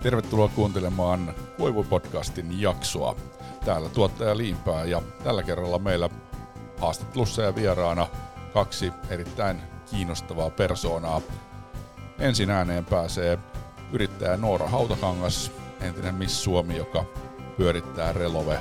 Tervetuloa kuuntelemaan Koivu-podcastin jaksoa. Täällä tuottaja Liinpää ja tällä kerralla meillä haastattelussa ja vieraana kaksi erittäin kiinnostavaa persoonaa. Ensin ääneen pääsee yrittäjä Noora Hautakangas, entinen Miss Suomi, joka pyörittää Relove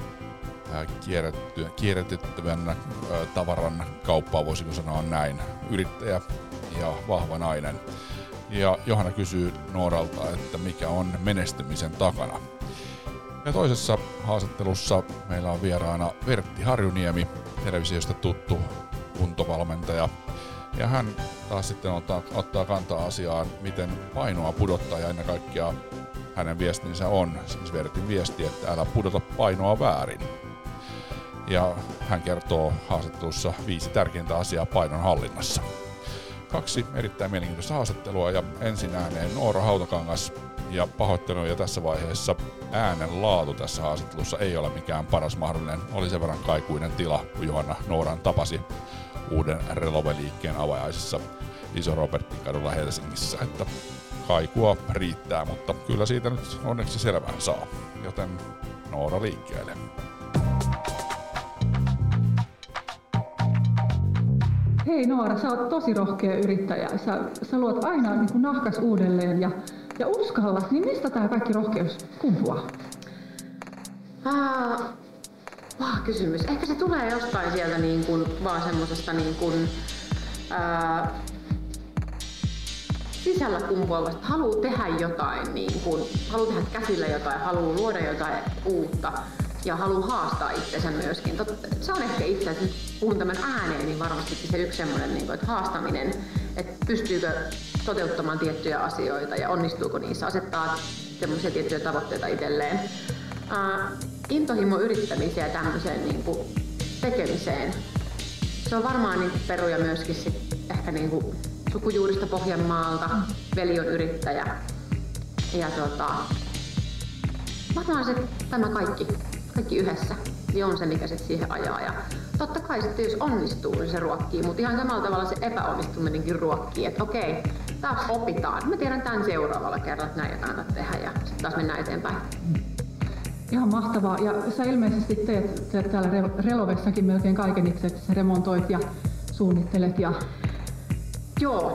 kierrätettävän tavaran kauppaa, voisiko sanoa näin. Yrittäjä ja vahva nainen. Ja Johanna kysyy Nooralta, että mikä on menestymisen takana. Ja toisessa haastattelussa meillä on vieraana Vertti Harjuniemi, televisiosta tuttu kuntovalmentaja. Ja hän taas sitten ottaa kantaa asiaan, miten painoa pudottaa, ja ennen kaikkea hänen viestinsä on, siis Vertin viesti, että älä pudota painoa väärin. Ja hän kertoo haastattelussa 5 tärkeintä asiaa painon hallinnassa. 2 erittäin mielenkiintoista haastattelua ja ensin ääneen Noora Hautakangas, ja pahoitteluja tässä vaiheessa äänen laatu tässä haastattelussa ei ole mikään paras mahdollinen. Oli sen verran kaikuinen tila, kun Johanna Nooran tapasi uuden Relove-liikkeen avajaisissa Iso-Robertin-kadulla Helsingissä, että kaikua riittää, mutta kyllä siitä nyt onneksi selvää saa, joten Noora liikkeelle. Hei Noora, sä oot tosi rohkea yrittäjä. Sä luot aina niin kuin nahkas uudelleen ja uskallat, niin mistä tää kaikki rohkeus kumpuaa? Kysymys. Ehkä se tulee jostain sieltä niin kuin, vaan semmosesta niin kuin, sisällä kumpuavasta. Haluu tehdä jotain, niin kuin, haluu tehdä käsillä jotain, haluu luoda jotain uutta. Ja haluan haastaa itsensä myöskin. Se on ehkä itse asiassa, nyt puhun tämän ääneen, niin varmastikin se yksi semmoinen, että haastaminen, että pystyykö toteuttamaan tiettyjä asioita ja onnistuuko niissä, asettaa semmoisia tiettyjä tavoitteita itselleen. Intohimo yrittämiseen ja tämmöiseen niin kuin tekemiseen. Se on varmaan niin kuin peruja myöskin sit ehkä niin kuin sukujuurista Pohjanmaalta, veli on yrittäjä. Ja varmaan se tämä kaikki yhdessä, niin on se, mikä sit siihen ajaa. Ja totta kai sitten jos onnistuu, niin se ruokkii, mutta ihan samalla tavalla se epäonnistuminenkin ruokkii, että okei, taas opitaan. Mä tiedän tämän seuraavalla kerralla, että näin kannattaa tehdä ja sitten taas mennään eteenpäin. Ihan mahtavaa. Ja sä ilmeisesti teet täällä Relovessakin melkein kaiken itse, että sä remontoit ja suunnittelet. Joo,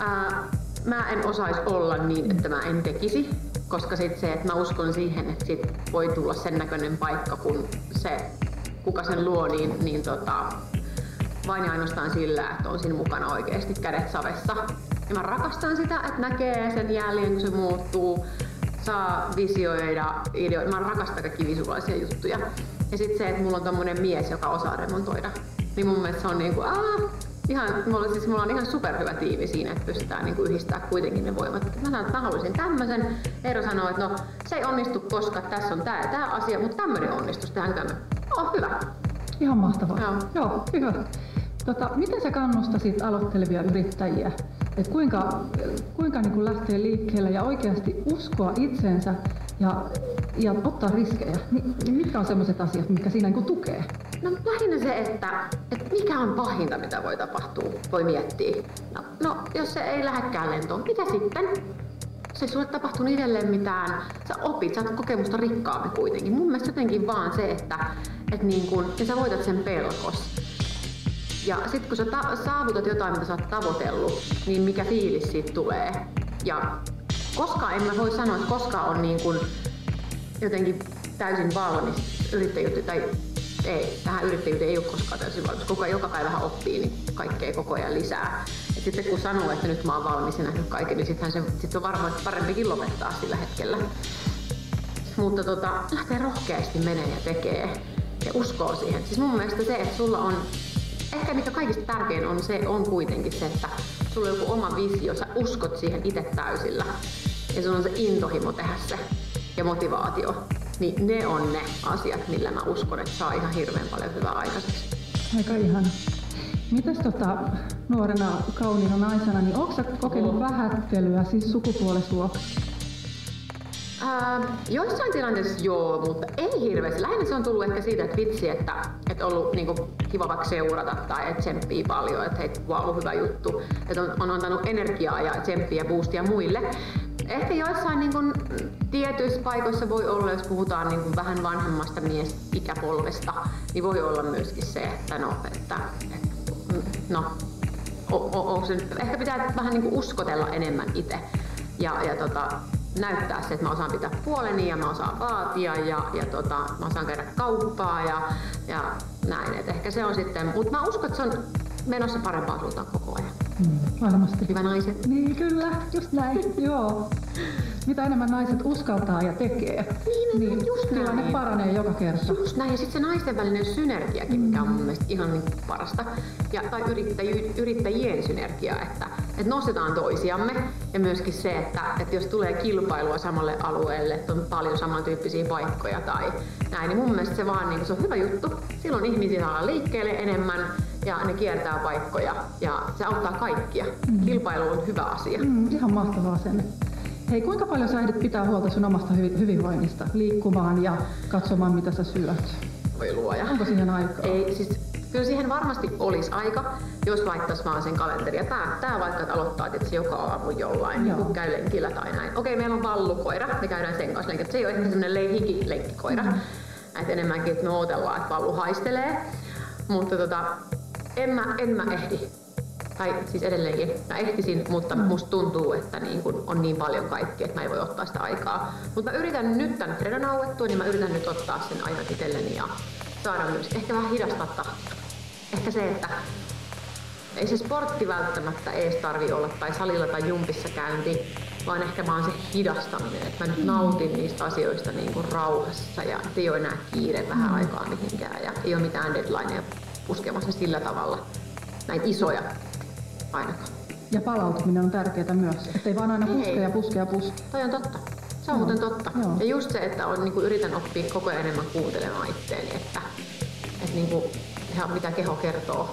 mä en osaisi olla niin, että mä en tekisi. Koska sit se, että mä uskon siihen, että sit voi tulla sen näköinen paikka, kun se, kuka sen luo, niin vain ja ainoastaan sillä, että on siinä mukana oikeasti kädet savessa. Ja mä rakastan sitä, että näkee sen jäljen, kun se muuttuu, saa visioida, ideoida. Mä rakastan kaikki visuaalisia juttuja. Ja sit se, että mulla on tommonen mies, joka osaa remontoida, niin mun mielestä se on niinku mulla on ihan superhyvä tiimi siinä, että pystytään niinku yhdistämään kuitenkin ne voimat. Mä sanon, että mä haluaisin tämmösen. Eero sanoo, että no se ei onnistu, koska tässä on tää ja tää asia, mutta tämmönen onnistus, tehdään tämmönen. Hyvä. Ihan mahtavaa. Joo, hyvä. Miten sä kannustasit aloittelevia yrittäjiä? Et kuinka niin kuin lähtee liikkeelle ja oikeasti uskoa itseensä ja ottaa riskejä? Mitkä on sellaiset asiat, mitkä siinä niin kuin tukee? No lähinnä se, että mikä on pahinta, mitä voi tapahtua, voi miettiä. No jos se ei lähdekään lentoon, mitä sitten? Se ei sulle tapahtunut itselleen mitään, sä opit, sä oot kokemusta rikkaampi kuitenkin. Mun mielestä jotenkin vaan se, että niin kun, ja sä voitat sen pelkos. Ja sit kun sä saavutat jotain, mitä sä oot tavoitellut, niin mikä fiilis siitä tulee. Ja koskaan en mä voi sanoa, että koskaan on niin kun jotenkin täysin valmis yrittäjyyttä tai ei, tähän yrittäjyyteen ei ole koskaan täysin valmis. Joka päivähän oppii niin kaikkea koko ajan lisää. Et sitten kun sanoo, että nyt mä oon valmis ja nähnyt kaiken, niin sit on varmaan parempikin lopettaa sillä hetkellä. Mutta lähtee rohkeasti menee ja tekee ja uskoo siihen. Siis mun mielestä se, että sulla on, ehkä mikä kaikista tärkein on kuitenkin se, että sulla on joku oma visio, sä uskot siihen itse täysillä. Ja sulla on se intohimo tehdä se ja motivaatio. Niin ne on ne asiat, millä mä uskon, että saa ihan hirveän paljon hyvää aikaiseksi. Aika ihana. Mitäs nuorena kauniina naisena, niin ootko sä kokenut vähättelyä siis sukupuolesi vuoksi? Joissain tilanteissa joo, mutta ei hirveästi. Lähinnä se on tullut ehkä siitä, että vitsi, että ollut niinku kiva vaikka seurata tai että tsemppii paljon, että hei, wow, hyvä juttu. Että on antanut energiaa ja tsemppiä ja boostia muille. Ehkä joissain niin kun, tietyissä paikoissa voi olla, jos puhutaan niin kun, vähän vanhemmasta miesikäpolvesta, niin voi olla myöskin se, että ehkä pitää vähän niin kun, uskotella enemmän itse ja näyttää se, että mä osaan pitää puoleni ja mä osaan vaatia ja mä osaan käydä kauppaa ja näin. Et ehkä se on sitten, mutta mä uskon, että se on menossa parempaan suuntaan koko ajan. Varmasti. Hyvä naiset. Niin kyllä, just näin. Joo. Mitä enemmän naiset uskaltaa ja tekee, niin tilanne paranee joka kerta. Just näin. Ja sitten se naisten välinen synergiakin, mikä on mun mielestä ihan niin parasta. Tai yrittäjien synergia, että nostetaan toisiamme. Ja myöskin se, että jos tulee kilpailua samalle alueelle, että on paljon samantyyppisiä paikkoja tai näin, niin mun mielestä se vaan niin se on hyvä juttu. Silloin ihmisiä saa liikkeelle enemmän ja ne kiertää paikkoja ja se auttaa kaikkia. Kilpailu on hyvä asia. Ihan mahtava asenne. Hei, kuinka paljon sä ehdit pitää huolta sun omasta hyvinvoinnista, liikkumaan ja katsomaan mitä sä syöt? Voi luoja. Onko siihen aikaa? Ei, siis kyllä siihen varmasti olisi aika, jos laittaisi vaan sen kalenteri ja päättää vaikka, että aloittaa itse joka aamu jollain, niin kun käy lenkillä tai näin. Okei, meillä on vallukoira, me käydään sen kanssa lenkillä. Se ei ole ehkä semmoinen hikilenkkikoira. Että enemmänkin, että me odotellaan, että vallu haistelee. Mutta en mä ehdi. Tai siis edelleenkin mä ehtisin, mutta musta tuntuu, että niin kun on niin paljon kaikkea, että mä en voi ottaa sitä aikaa. Mutta mä yritän nyt tän Fredan auettua, niin mä yritän nyt ottaa sen ajan itselleni ja saada myös ehkä vähän hidastaa tahtia. Ehkä se, että ei se sportti välttämättä edes tarvi olla tai salilla tai jumpissa käynti, vaan ehkä vaan se hidastaminen, että mä nyt nautin niistä asioista niin kuin rauhassa ja ei ole enää kiire vähän aikaa mihinkään ja ei ole mitään deadlineja puskemassa sillä tavalla, näin isoja ainakaan. Ja palautuminen on tärkeää myös, ettei vaan aina puske. Toi on totta. Se on muuten totta. Joo. Ja just se, että on, niin kuin yritän oppia koko ajan enemmän kuuntelemaan itteeni, että niin kuin, mitä keho kertoo.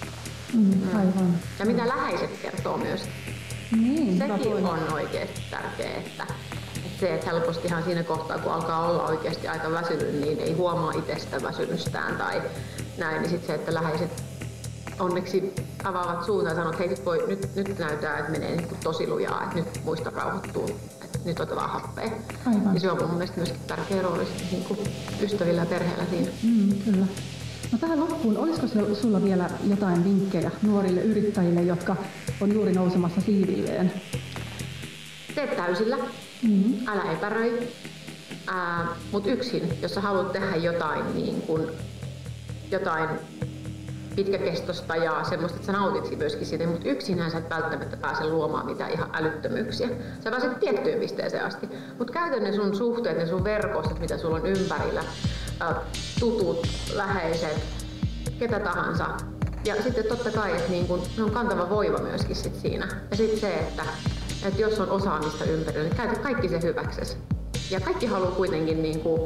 Aivan. Ja mitä läheiset kertoo myös. Niin, sekin on oikeasti tärkeää, että se, että helpostihan siinä kohtaa, kun alkaa olla oikeasti aika väsynyt, niin ei huomaa itsestä väsymystään tai näin, niin sitten se, että läheiset onneksi avaavat suuntaan ja sanoo, että hei, nyt näyttää, että menee niin kuin tosi lujaa, että nyt muista rauhoittua, että nyt ota vaan happea. Aivan. Ja se on mun mielestä myöskin tärkeä rooli niin kuin ystävillä ja perheellä siinä. Kyllä. No tähän loppuun, olisiko sulla vielä jotain vinkkejä nuorille yrittäjille, jotka on juuri nousemassa siivilleen? Tee täysillä, älä epäröi, mutta yksin, jos sä haluat tehdä jotain pitkäkestosta ja semmoista, että sä nautit myöskin siitä, mutta yksinhän sä et välttämättä pääse luomaan mitään ihan älyttömyyksiä. Sä pääset tiettyyn pisteeseen asti, mutta käytä ne sun suhteet, ne sun verkostot, mitä sulla on ympärillä, tutut, läheiset, ketä tahansa. Ja sitten totta kai, että niin kun, se on kantava voima myöskin sit siinä. Ja sitten se, että jos on osaamista ympärillä, niin käytä kaikki se hyväksesi. Ja kaikki haluaa kuitenkin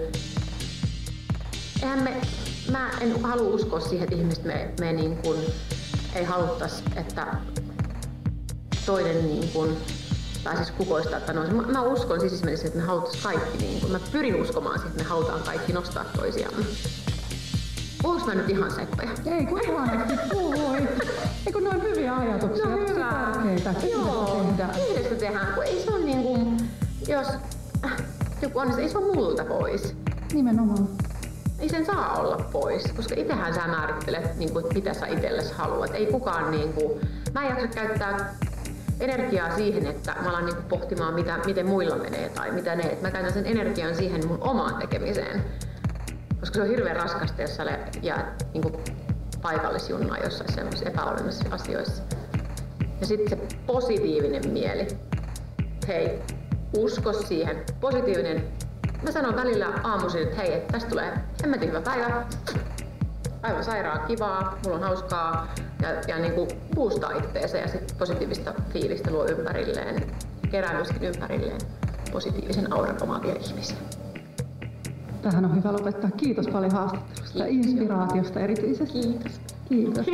mä en halua uskoa siihen, että ihmiset me niin kuin ei haluttaisi, että toinen niin kuin pääsisi kukoistaa. Että mä uskon sisäisesti, että me haluttaisiin kaikki, niin kuin, mä pyrin uskomaan siihen, että me halutaan kaikki nostaa toisiamme. Onko mä nyt ihan seppoja? Ei kun ihanasti puhui. Eikö ne on hyviä ajatuksia? No hyvä. Tärkeitä. Joo, yhdessä tehdään. Kun ei se on niin kuin, jos joku on, ei se ole multa pois. Nimenomaan. Ei sen saa olla pois, koska itsehän sä määrittelet, niin kuin, mitä sä itsellesi haluat. Ei kukaan, niin kuin, mä en jaksa käyttää energiaa siihen, että mä alan niin kuin, pohtimaan, miten muilla menee tai mitä ne. Mä käytän sen energian siihen mun omaan tekemiseen. Koska se on hirveän raskasta, jos sä jäät niin kuin, paikallisjunnaan jossain semmoisissa epäolemisissa asioissa. Ja sitten se positiivinen mieli. Hei, usko siihen. Positiivinen. Mä sanon välillä aamuisin, että hei, että tästä tulee hemmetin hyvä päivä. Aivan sairaan kivaa, mulla on hauskaa ja niin kuin boostaa itteensä ja sit positiivista fiilistä luo ympärilleen. Kerää myöskin ympärilleen positiivisen auran omaavia ihmisiä. Tähän on hyvä lopettaa. Kiitos paljon haastattelusta ja inspiraatiosta erityisesti. Kiitos. Kiitos.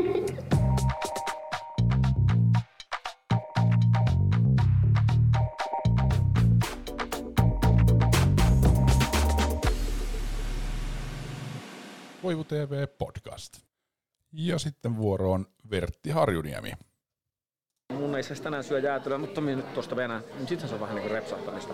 Koivu TV Podcast. Ja sitten vuoro on Vertti Harjuniemi. Mun ei saisi tänään syö jäätelöä, mutta minä nyt tuosta venään. Sittenhän se on vähän niin kuin repsahtamista.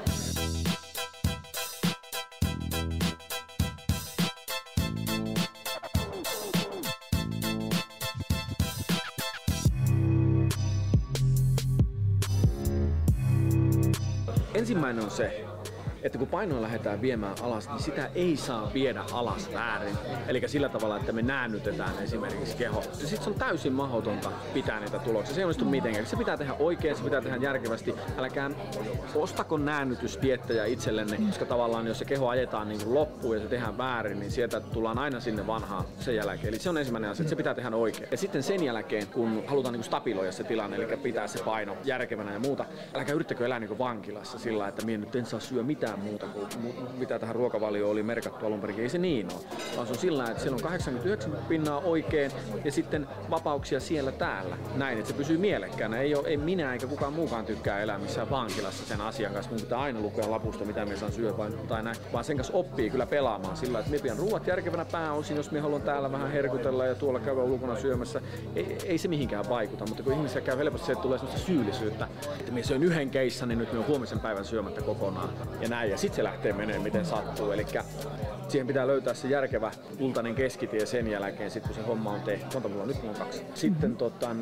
Ensimmäinen on se, että kun painoa lähdetään viemään alas, niin sitä ei saa viedä alas väärin. Eli sillä tavalla, että me näännytetään esimerkiksi keho. Sitten se on täysin mahdotonta pitää niitä tuloksia. Se ei onnistu mitenkään. Se pitää tehdä oikein, se pitää tehdä järkevästi. Älkää ostako näännytystiettejä itsellenne, koska tavallaan jos se keho ajetaan niin kuin loppuun ja se tehdään väärin, niin sieltä tullaan aina sinne vanhaan sen jälkeen. Eli se on ensimmäinen asia, että se pitää tehdä oikein. Ja sitten sen jälkeen, kun halutaan niin kuin stabiloida se tilanne, eli pitää se paino järkevänä ja muuta, älkää yrittäkö elää niin kuin vankilassa sillä, että minä nyt en saa syö mitään muuta kuin mitä tähän ruokavalioon oli merkattu alun perin. Ei se niin ole, vaan se on sillä, että siellä on 89% oikein ja sitten vapauksia siellä täällä. Näin, että se pysyy mielekkäänä. Ei minä eikä kukaan muukaan tykkää elää missään vankilassa sen asian kanssa. Mun pitää aina lukea lapusta, mitä me saan syödä tai näin. Vaan sen kanssa oppii kyllä pelaamaan sillä, että me pidän ruuat järkevänä pääosin, jos me haluan täällä vähän herkutella ja tuolla käydä ulkona syömässä. Ei se mihinkään vaikuta, mutta kun ihmisiä käy helposti se, että tulee sellaista syyllisyyttä, että me syön yhden keissan, niin nyt me on huomisen päivän syömättä kokonaan. Ja näin, ja sitten se lähtee menee miten sattuu. Eli siihen pitää löytää se järkevä kultainen keskitie sen jälkeen, sit kun se homma on tehty. Monta mulla on? Nyt mulla on 2. Sitten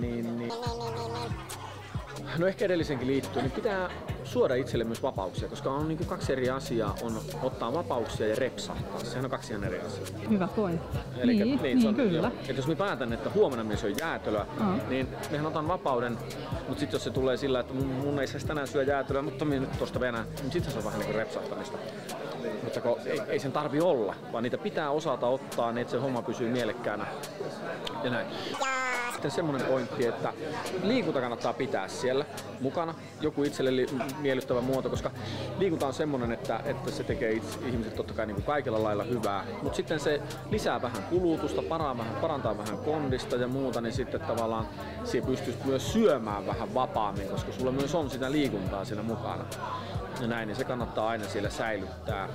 no ehkä edellisenkin liittyen, niin pitää suoda itselle myös vapauksia, koska on niin kuin 2 eri asiaa, on ottaa vapauksia ja repsahtaa. Sehän on 2 ihan eri asiaa. Hyvä pointti. Niin, kyllä. Että jos mä päätän, että huomenna minä syön jäätelöä, niin mehän otan vapauden, mutta sitten jos se tulee sillä, että mun ei saisi tänään syö jäätelöä, mutta minä nyt tuosta venään, niin sitten se on vähän niin kuin repsahtamista. Mutta ei sen tarvi olla, vaan niitä pitää osata ottaa, niin että se homma pysyy mielekkäänä ja näin. Sitten semmoinen pointti, että liikunta kannattaa pitää siellä mukana, joku itselle miellyttävä muoto, koska liikunta on semmoinen, että se tekee ihmiset totta kai niin kuin kaikilla lailla hyvää, mutta sitten se lisää vähän kulutusta, parantaa vähän kondista ja muuta, niin sitten tavallaan siihen pystyy myös syömään vähän vapaammin, koska sulla myös on sitä liikuntaa siinä mukana. Ja näin, niin se kannattaa aina siellä säilyttää.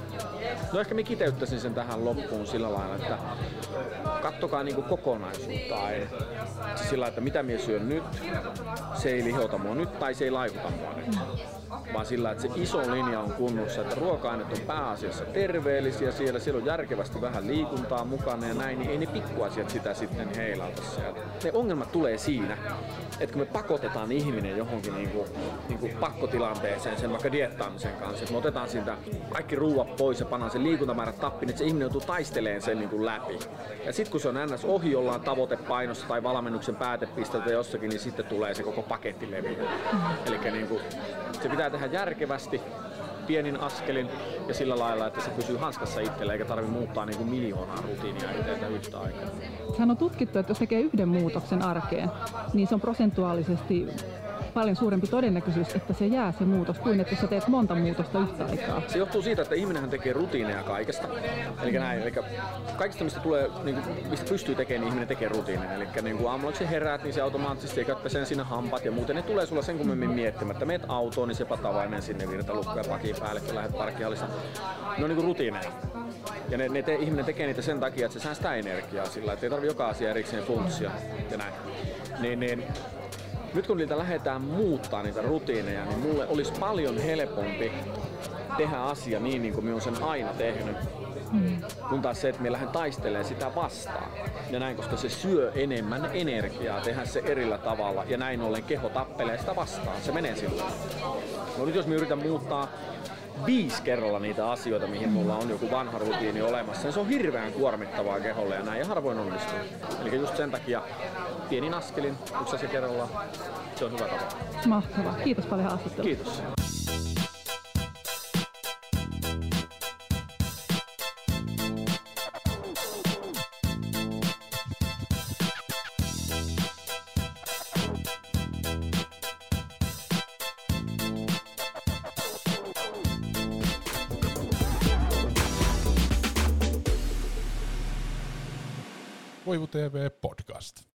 No ehkä mä kiteyttäisin sen tähän loppuun sillä lailla, että kattokaa niinku kokonaisuutta aina. Sillä että mitä minä syön nyt, se ei lihota mua nyt tai se ei laihuta mua nyt. Vaan sillä, että se iso linja on kunnossa, että ruoka-aineet on pääasiassa terveellisiä siellä on järkevästi vähän liikuntaa mukana ja näin, niin ei ne pikkuasiat sitä sitten heilauta sieltä. Ne ongelmat tulee siinä, että kun me pakotetaan ihminen johonkin niinku pakkotilanteeseen sen vaikka dieettaamisen kanssa, että me otetaan siitä kaikki ruuat pois ja pannaan sen liikuntamäärät tappiin, että se ihminen joutuu taistelemaan sen niinku läpi. Ja sitten kun se on ns. Ohi jollain tavoitepainossa tai valmennuksen päätepisteltä jossakin, niin sitten tulee se koko paketti leviä. Elikkä niinku, se pitää tehdä järkevästi, pienin askelin ja sillä lailla, että se pysyy hanskassa itsellä eikä tarvitse muuttaa niin kuin miljoonaa rutiinia itseltä yhtä aikaa. Sehän on tutkittu, että jos tekee yhden muutoksen arkeen, niin se on prosentuaalisesti paljon suurempi todennäköisyys, että se jää se muutos kuin että sä teet monta muutosta yhtä aikaa. Se johtuu siitä, että ihminenhän tekee rutiineja kaikesta. Eli kaikista mistä tulee, mistä pystyy tekemään, niin ihminen tekee rutiineja. Eli aamulla kun sä heräät, niin se automaattisesti käyt peseen siinä hampat ja muuten ne tulee sulla sen kummemmin miettimättä. Meet autoon, niin se patavainen sinne virta lukkoja pakin päälle, kun lähdet parkkihallista. Ne on rutiineja. Ja ihminen tekee niitä sen takia, että se säästää energiaa sillä, että ei tarvitse joka asia erikseen funtsia ja näin. Niin, nyt kun niitä lähdetään muuttaa niitä rutiineja, niin mulle olisi paljon helpompi tehdä asia niin kuin minä olen sen aina tehnyt. Kun taas se, että minä lähden taistelemaan sitä vastaan. Ja näin, koska se syö enemmän energiaa, tehdä se erillä tavalla ja näin ollen keho tappelee sitä vastaan. Se menee silloin. No nyt jos minä yritän muuttaa 5 kerralla niitä asioita, mihin mulla on joku vanha rutiini olemassa, niin se on hirveän kuormittavaa keholle ja näin ja harvoin onnistuu. Eli just sen takia pienin askelin, 1 asia kerrallaan, se on hyvä tapa. Mahtavaa. Kiitos paljon haastattelusta. Kiitos. Koivu TV Podcast.